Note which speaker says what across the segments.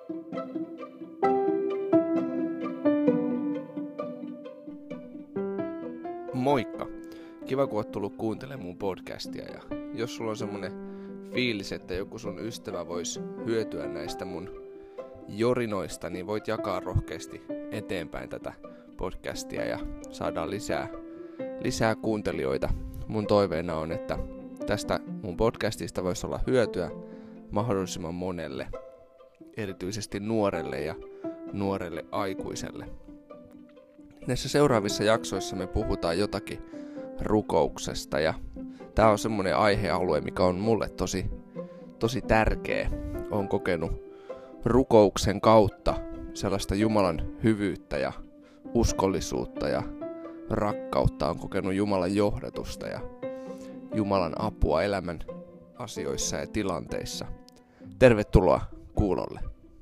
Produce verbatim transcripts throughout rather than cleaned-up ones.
Speaker 1: Moikka! Kiva, kun oot tullut kuuntelemaan mun podcastia, ja jos sulla on semmonen fiilis, että joku sun ystävä vois hyötyä näistä mun jorinoista, niin voit jakaa rohkeasti eteenpäin tätä podcastia ja saadaan lisää, lisää kuuntelijoita. Mun toiveena on, että tästä mun podcastista voisi olla hyötyä mahdollisimman monelle, erityisesti nuorelle ja nuorelle aikuiselle. Näissä seuraavissa jaksoissa me puhutaan jotakin rukouksesta, ja tää on semmonen aihealue, mikä on mulle tosi, tosi tärkeä. Olen kokenut rukouksen kautta sellaista Jumalan hyvyyttä ja uskollisuutta ja rakkautta. Olen kokenut Jumalan johdatusta ja Jumalan apua elämän asioissa ja tilanteissa. Tervetuloa kuulolle.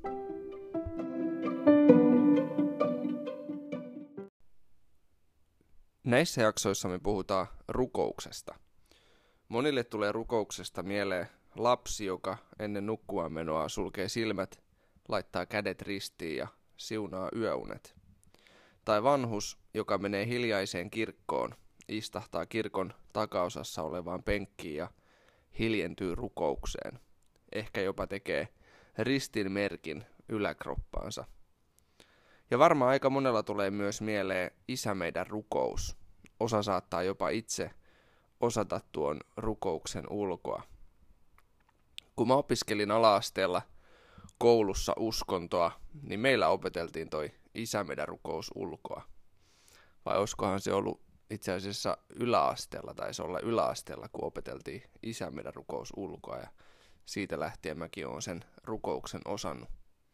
Speaker 1: Näissä jaksoissa me puhutaan rukouksesta. Monille tulee rukouksesta mieleen lapsi, joka ennen nukkumaan menoa sulkee silmät, laittaa kädet ristiin ja siunaa yöunet. Tai vanhus, joka menee hiljaiseen kirkkoon, istahtaa kirkon takaosassa olevaan penkkiin ja hiljentyy rukoukseen. Ehkä jopa tekee ristinmerkin yläkroppaansa. Ja varmaan aika monella tulee myös mieleen Isä meidän rukous. Osa saattaa jopa itse osata tuon rukouksen ulkoa. Kun mä opiskelin ala-asteella koulussa uskontoa, niin meillä opeteltiin toi Isä meidän rukous ulkoa. Vai olisikohan se ollut itse asiassa yläasteella, taisi olla yläasteella, kun opeteltiin Isä meidän rukous ulkoa, ja siitä lähtien mäkin olen sen rukouksen osannut.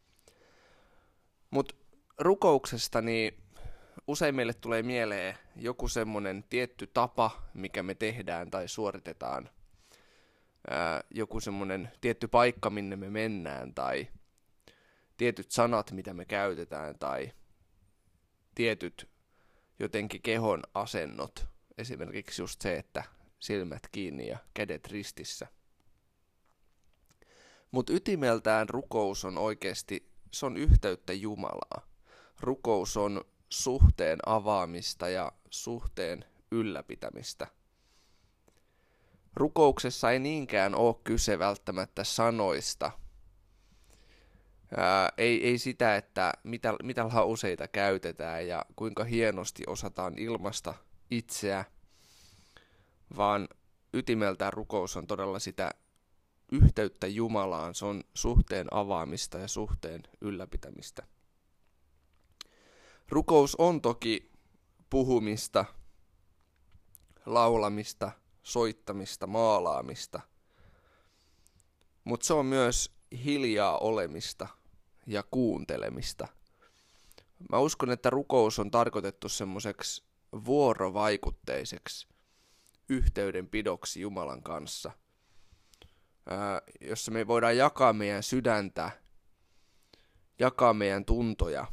Speaker 1: Mut rukouksesta niin usein meille tulee mieleen joku semmonen tietty tapa, mikä me tehdään tai suoritetaan. Ää, joku semmonen tietty paikka, minne me mennään, tai tietyt sanat, mitä me käytetään, tai tietyt jotenkin kehon asennot. Esimerkiksi just se, että silmät kiinni ja kädet ristissä. Mut ytimeltään rukous on oikeasti, se on yhteyttä Jumalaa. Rukous on suhteen avaamista ja suhteen ylläpitämistä. Rukouksessa ei niinkään ole kyse välttämättä sanoista. Ää, ei, ei sitä, että mitä, mitä lauseita käytetään ja kuinka hienosti osataan ilmaista itseä, vaan ytimeltään rukous on todella sitä yhteyttä Jumalaan. Se on suhteen avaamista ja suhteen ylläpitämistä. Rukous on toki puhumista, laulamista, soittamista, maalaamista, mutta se on myös hiljaa olemista ja kuuntelemista. Mä uskon, että rukous on tarkoitettu semmoiseksi vuorovaikutteiseksi yhteydenpidoksi Jumalan kanssa, ää, jossa me voidaan jakaa meidän sydäntä, jakaa meidän tuntoja,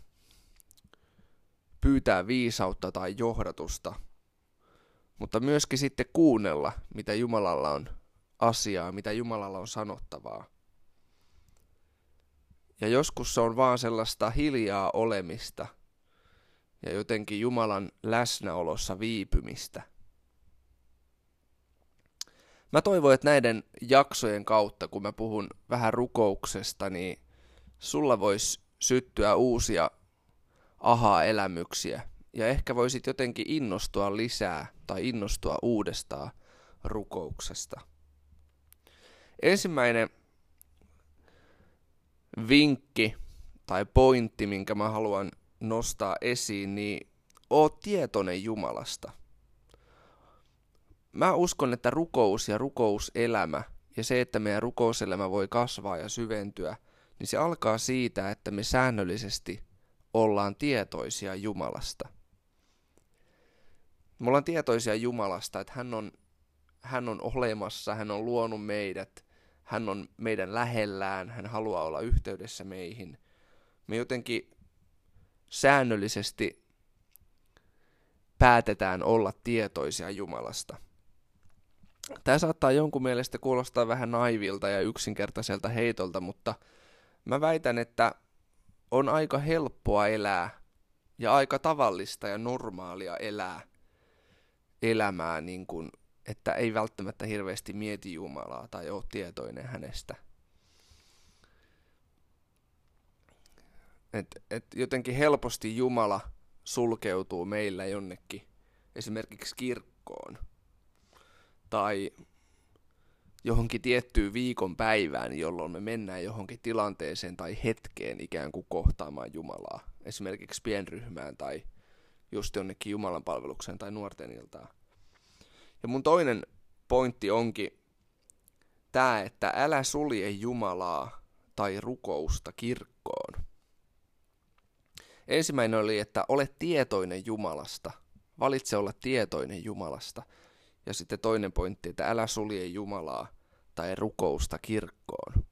Speaker 1: pyytää viisautta tai johdatusta, mutta myöskin sitten kuunnella, mitä Jumalalla on asiaa, mitä Jumalalla on sanottavaa. Ja joskus se on vaan sellaista hiljaa olemista ja jotenkin Jumalan läsnäolossa viipymistä. Mä toivon, että näiden jaksojen kautta, kun mä puhun vähän rukouksesta, niin sulla voisi syttyä uusia aha-elämyksiä, ja ehkä voisit jotenkin innostua lisää tai innostua uudestaan rukouksesta. Ensimmäinen vinkki tai pointti, minkä mä haluan nostaa esiin, niin oot tietoinen Jumalasta. Mä uskon, että rukous ja rukouselämä ja se, että meidän rukouselämä voi kasvaa ja syventyä, niin se alkaa siitä, että me säännöllisesti ollaan tietoisia Jumalasta. Me ollaan tietoisia Jumalasta, että hän on, hän on olemassa, hän on luonut meidät, hän on meidän lähellään, hän haluaa olla yhteydessä meihin. Me jotenkin säännöllisesti päätetään olla tietoisia Jumalasta. Tämä saattaa jonkun mielestä kuulostaa vähän naivilta ja yksinkertaiselta heitolta, mutta mä väitän, että on aika helppoa elää ja aika tavallista ja normaalia elää elämää, niin kuin, että ei välttämättä hirveästi mieti Jumalaa tai ole tietoinen hänestä. Et, et jotenkin helposti Jumala sulkeutuu meillä jonnekin esimerkiksi kirkkoon tai johonkin tiettyyn viikon päivään, jolloin me mennään johonkin tilanteeseen tai hetkeen ikään kuin kohtaamaan Jumalaa. Esimerkiksi pienryhmään tai just jonnekin Jumalan palvelukseen tai nuorten iltaan. Ja mun toinen pointti onkin tää, että älä sulje Jumalaa tai rukousta kirkkoon. Ensimmäinen oli, että ole tietoinen Jumalasta. Valitse olla tietoinen Jumalasta. Ja sitten toinen pointti, että älä sulje Jumalaa tai rukousta kirkkoon.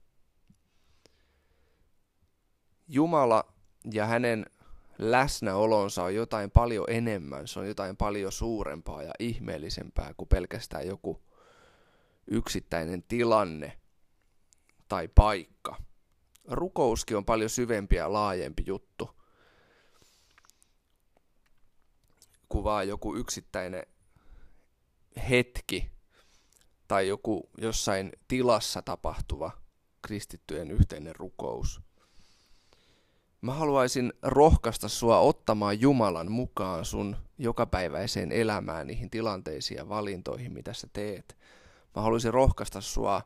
Speaker 1: Jumala ja hänen läsnäolonsa on jotain paljon enemmän, se on jotain paljon suurempaa ja ihmeellisempää kuin pelkästään joku yksittäinen tilanne tai paikka. Rukouskin on paljon syvempi ja laajempi juttu kuin vaan joku yksittäinen hetki tai joku jossain tilassa tapahtuva kristittyjen yhteinen rukous. Mä haluaisin rohkaista sua ottamaan Jumalan mukaan sun jokapäiväiseen elämään, niihin tilanteisiin ja valintoihin, mitä sä teet. Mä haluaisin rohkaista sua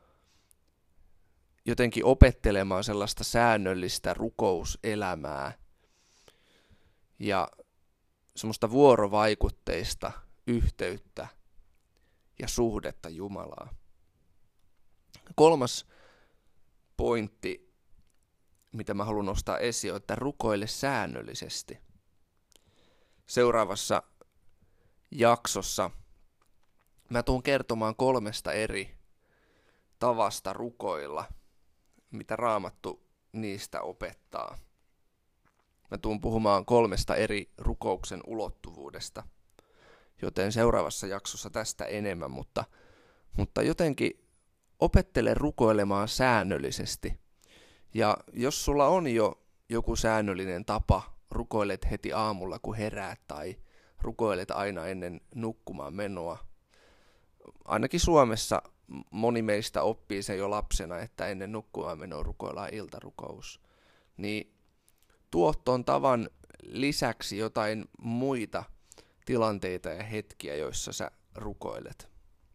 Speaker 1: jotenkin opettelemaan sellaista säännöllistä rukouselämää ja semmoista vuorovaikutteista yhteyttä ja suhdetta Jumalaa. Kolmas pointti, mitä mä haluan nostaa esiin, on, että rukoile säännöllisesti. Seuraavassa jaksossa mä tuun kertomaan kolmesta eri tavasta rukoilla, mitä Raamattu niistä opettaa. Mä tuun puhumaan kolmesta eri rukouksen ulottuvuudesta, joten seuraavassa jaksossa tästä enemmän, mutta, mutta jotenkin opettele rukoilemaan säännöllisesti. Ja jos sulla on jo joku säännöllinen tapa, rukoilet heti aamulla kun heräät tai rukoilet aina ennen nukkumaan menoa. Ainakin Suomessa moni meistä oppii sen jo lapsena, että ennen nukkumaan menoa rukoillaan iltarukous. Niin tuo ton tavan lisäksi jotain muita tilanteita ja hetkiä, joissa sä rukoilet.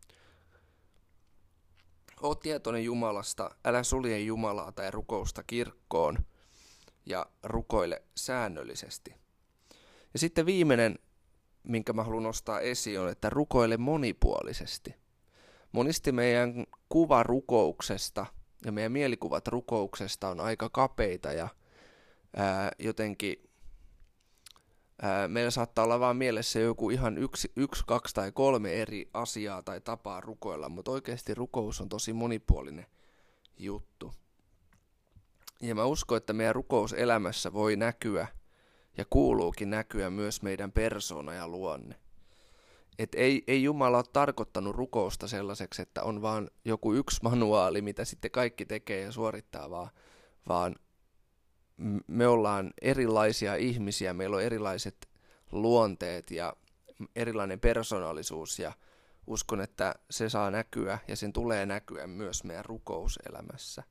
Speaker 1: Oo tietoinen Jumalasta, älä sulje Jumalaa tai rukousta kirkkoon ja rukoile säännöllisesti. Ja sitten viimeinen, minkä mä haluan nostaa esiin, on, että rukoile monipuolisesti. Monesti meidän kuva rukouksesta ja meidän mielikuvat rukouksesta on aika kapeita ja ää, jotenkin ää, meillä saattaa olla vaan mielessä joku ihan yksi, yksi, kaksi tai kolme eri asiaa tai tapaa rukoilla, mutta oikeasti rukous on tosi monipuolinen juttu. Ja mä uskon, että meidän rukouselämässä voi näkyä ja kuuluukin näkyä myös meidän persoona ja luonne. Et ei, ei Jumala ole tarkoittanut rukousta sellaiseksi, että on vaan joku yksi manuaali, mitä sitten kaikki tekee ja suorittaa, vaan, vaan me ollaan erilaisia ihmisiä, meillä on erilaiset luonteet ja erilainen persoonallisuus ja uskon, että se saa näkyä ja sen tulee näkyä myös meidän rukouselämässä.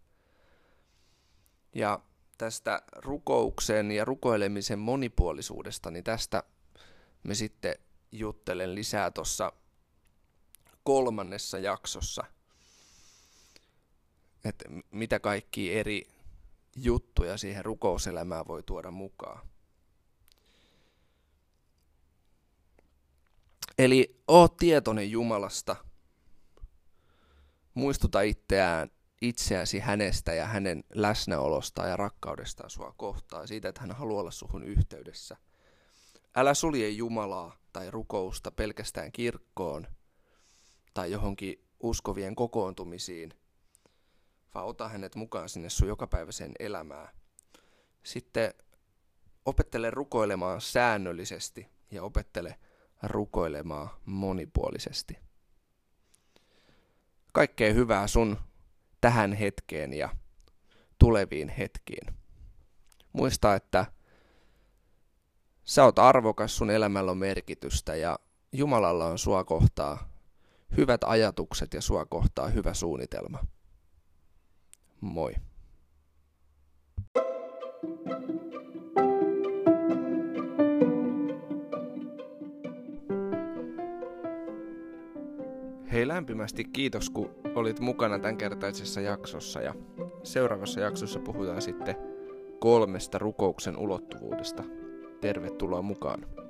Speaker 1: Ja tästä rukouksen ja rukoilemisen monipuolisuudesta, niin tästä me sitten juttelen lisää tuossa kolmannessa jaksossa, että mitä kaikki eri juttuja siihen rukouselämään voi tuoda mukaan. Eli oo tietoinen Jumalasta, muistuta itseään, itseäsi hänestä ja hänen läsnäolostaan ja rakkaudestaan sua kohtaan, siitä, että hän haluaa olla suhun yhteydessä. Älä sulje Jumalaa tai rukousta pelkästään kirkkoon tai johonkin uskovien kokoontumisiin, vaan ota hänet mukaan sinne sun jokapäiväiseen elämään. Sitten opettele rukoilemaan säännöllisesti ja opettele rukoilemaan monipuolisesti. Kaikkea hyvää sun tähän hetkeen ja tuleviin hetkiin. Muista, että sä oot arvokas, sun elämällä on merkitystä ja Jumalalla on sua kohtaa hyvät ajatukset ja sua kohtaa hyvä suunnitelma. Moi. Hei, lämpimästi kiitos, kun olit mukana tämänkertaisessa jaksossa, ja seuraavassa jaksossa puhutaan sitten kolmesta rukouksen ulottuvuudesta. Tervetuloa mukaan.